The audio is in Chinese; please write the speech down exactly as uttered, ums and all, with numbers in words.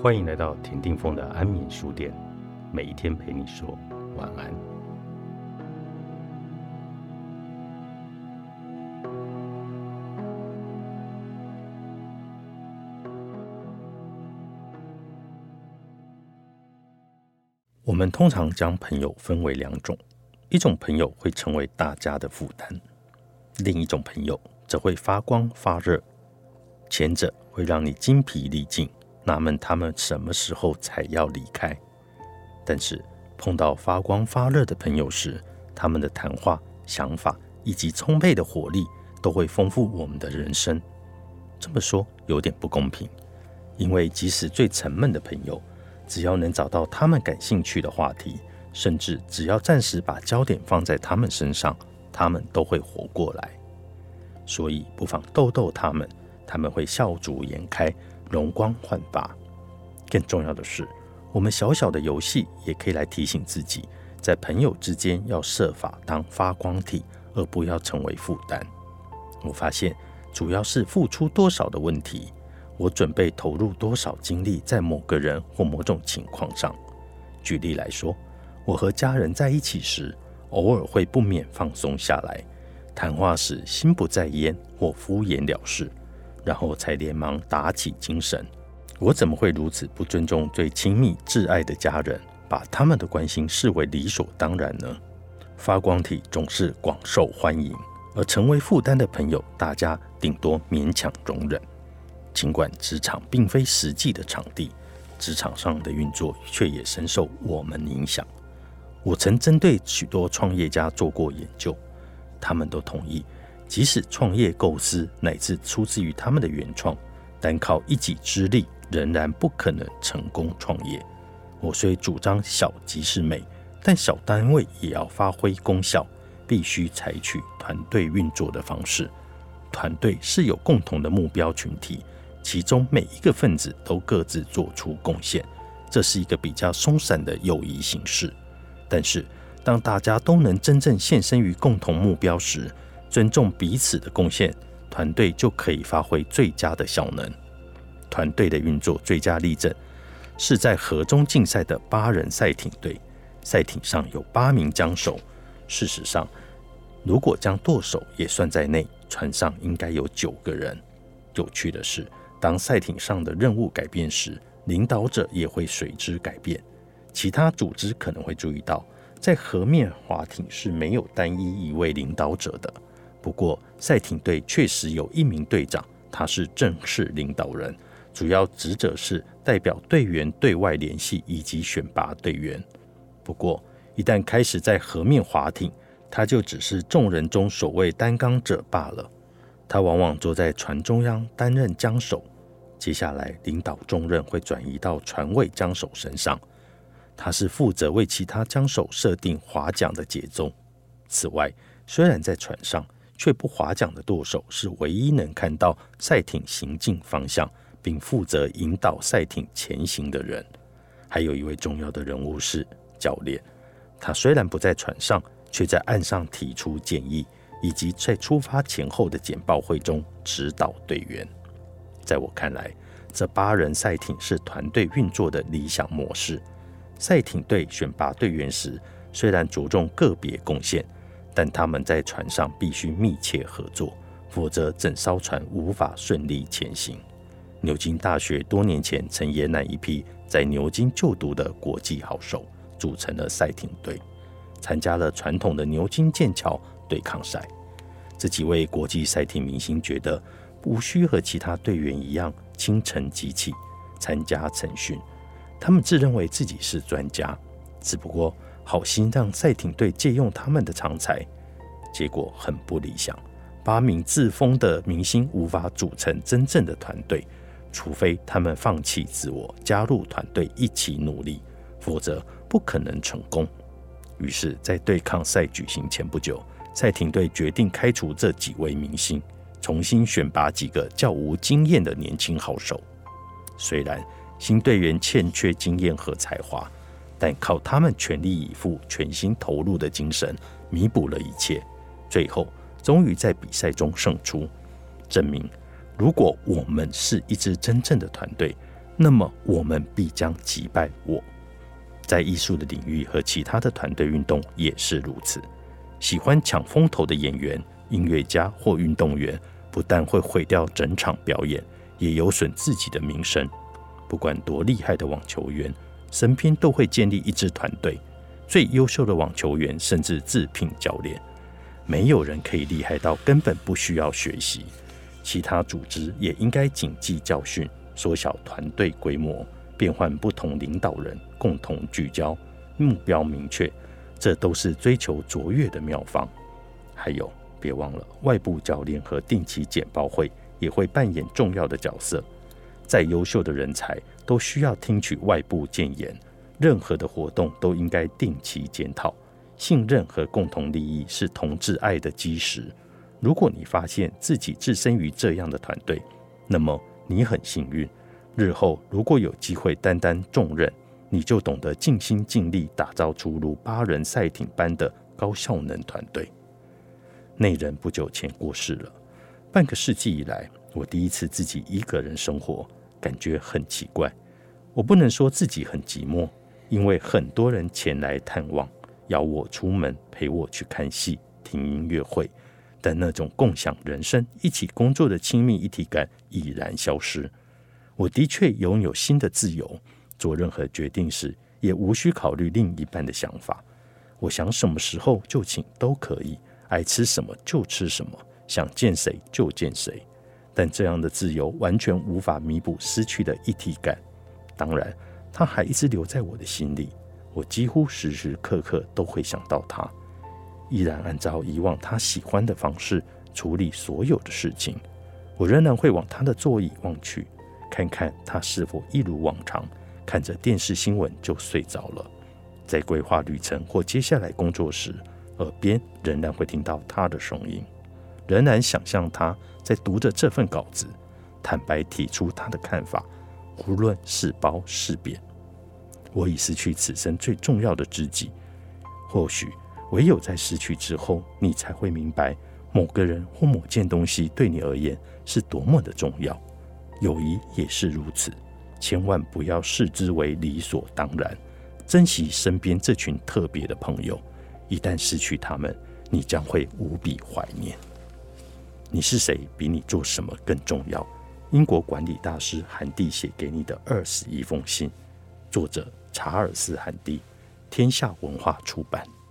欢迎来到田定峰的安眠书店，每一天陪你说晚安。我们通常将朋友分为两种，一种朋友会成为大家的负担，另一种朋友则会发光发热。前者会让你精疲力尽，纳闷他们什么时候才要离开。但是碰到发光发热的朋友时，他们的谈话、想法以及充沛的活力都会丰富我们的人生。这么说有点不公平，因为即使最沉闷的朋友，只要能找到他们感兴趣的话题，甚至只要暂时把焦点放在他们身上，他们都会活过来。所以不妨逗逗他们，他们会笑逐颜开，容光焕发。更重要的是，我们小小的游戏也可以来提醒自己，在朋友之间要设法当发光体，而不要成为负担。我发现主要是付出多少的问题，我准备投入多少精力在某个人或某种情况上。举例来说，我和家人在一起时，偶尔会不免放松下来，谈话时心不在焉或敷衍了事，然后才连忙打起精神。我怎么会如此不尊重最亲密挚爱的家人，把他们的关心视为理所当然呢？发光体总是广受欢迎，而成为负担的朋友，大家顶多勉强容忍。尽管职场并非实际的场地，职场上的运作却也深受我们影响。我曾针对许多创业家做过研究，他们都同意，即使创业构思乃至出自于他们的原创，单靠一己之力仍然不可能成功创业。我虽主张小即是美，但小单位也要发挥功效，必须采取团队运作的方式。团队是有共同的目标群体，其中每一个分子都各自做出贡献，这是一个比较松散的友谊形式。但是当大家都能真正献身于共同目标时，尊重彼此的贡献，团队就可以发挥最佳的效能。团队的运作最佳例证是在河中竞赛的八人赛艇队，赛艇上有八名桨手。事实上，如果将舵手也算在内，船上应该有九个人。有趣的是，当赛艇上的任务改变时，领导者也会随之改变。其他组织可能会注意到，在河面划艇是没有单一一位领导者的。不过，赛艇队确实有一名队长，他是正式领导人，主要职责是代表队员对外联系以及选拔队员。不过，一旦开始在河面划艇，他就只是众人中首位担纲者罢了。他往往坐在船中央担任桨手，接下来领导重任会转移到船尾桨手身上，他是负责为其他桨手设定划桨的节奏。此外，虽然在船上，却不划桨的舵手是唯一能看到赛艇行进方向，并负责引导赛艇前行的人。还有一位重要的人物是教练，他虽然不在船上，却在岸上提出建议，以及在出发前后的简报会中指导队员。在我看来，这八人赛艇是团队运作的理想模式。赛艇队选拔队员时，虽然着重个别贡献，但他们在船上必须密切合作，否则整艘船无法顺利前行。牛津大学多年前曾延揽一批在牛津就读的国际好手，组成了赛艇队，参加了传统的牛津剑桥对抗赛。这几位国际赛艇明星觉得无需和其他队员一样清晨即起参加晨训，他们自认为自己是专家，只不过好心让赛艇队借用他们的长才，结果很不理想。八名自封的明星无法组成真正的团队，除非他们放弃自我，加入团队一起努力，否则不可能成功。于是，在对抗赛举行前不久，赛艇队决定开除这几位明星，重新选拔几个较无经验的年轻好手。虽然新队员欠缺经验和才华，但靠他们全力以赴、全心投入的精神弥补了一切，最后终于在比赛中胜出，证明如果我们是一支真正的团队， 那么我们必将击败我。在艺术的领域和其他的团队运动也是如此。喜欢抢风头的演员、音乐家或运动员，不但会毁掉整场表演，也有损自己的名声。不管多厉害的网球员，身边都会建立一支团队。最优秀的网球员甚至自聘教练。没有人可以厉害到根本不需要学习。其他组织也应该谨记教训，缩小团队规模，变换不同领导人，共同聚焦，目标明确，这都是追求卓越的妙方。还有，别忘了外部教练和定期简报会也会扮演重要的角色。再优秀的人才都需要听取外部谏言，任何的活动都应该定期检讨。信任和共同利益是同志爱的基石。如果你发现自己置身于这样的团队，那么你很幸运。日后如果有机会担当重任，你就懂得尽心尽力打造出如八人赛艇般的高效能团队。内人不久前过世了，半个世纪以来，我第一次自己一个人生活，感觉很奇怪。我不能说自己很寂寞，因为很多人前来探望，邀我出门，陪我去看戏、听音乐会，但那种共享人生、一起工作的亲密一体感已然消失。我的确拥有新的自由，做任何决定时也无需考虑另一半的想法。我想什么时候就寝都可以，爱吃什么就吃什么，想见谁就见谁。但这样的自由完全无法弥补失去的一体感。当然，它还一直留在我的心里，我几乎时时刻刻都会想到他，依然按照以往他喜欢的方式处理所有的事情。我仍然会往他的座椅望去，看看他是否一如往常看着电视新闻就睡着了。在规划旅程或接下来工作时，耳边仍然会听到他的声音，仍然想象他在读着这份稿子，坦白提出他的看法，无论是褒是贬。我已失去此生最重要的知己，或许唯有在失去之后，你才会明白某个人或某件东西对你而言是多么的重要。友谊也是如此，千万不要视之为理所当然，珍惜身边这群特别的朋友。一旦失去他们，你将会无比怀念。你是谁比你做什么更重要？英国管理大师韩蒂写给你的二十一封信，作者查尔斯·韩蒂，天下文化出版。